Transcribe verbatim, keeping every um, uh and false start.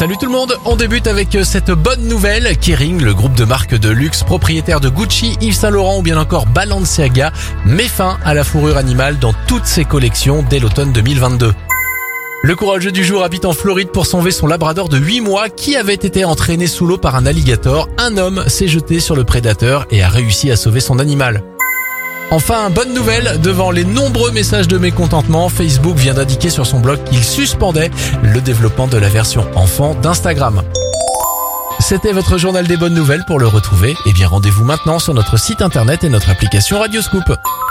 Salut tout le monde, on débute avec cette bonne nouvelle. Kering, le groupe de marques de luxe propriétaire de Gucci, Yves Saint Laurent ou bien encore Balenciaga, met fin à la fourrure animale dans toutes ses collections dès l'automne deux mille vingt-deux. Le courageux du jour habite en Floride pour sauver son labrador de huit mois qui avait été entraîné sous l'eau par un alligator. Un homme s'est jeté sur le prédateur et a réussi à sauver son animal. Enfin, bonne nouvelle, devant les nombreux messages de mécontentement, Facebook vient d'indiquer sur son blog qu'il suspendait le développement de la version enfant d'Instagram. C'était votre journal des bonnes nouvelles. Pour le retrouver, eh bien rendez-vous maintenant sur notre site internet et notre application Radioscoop.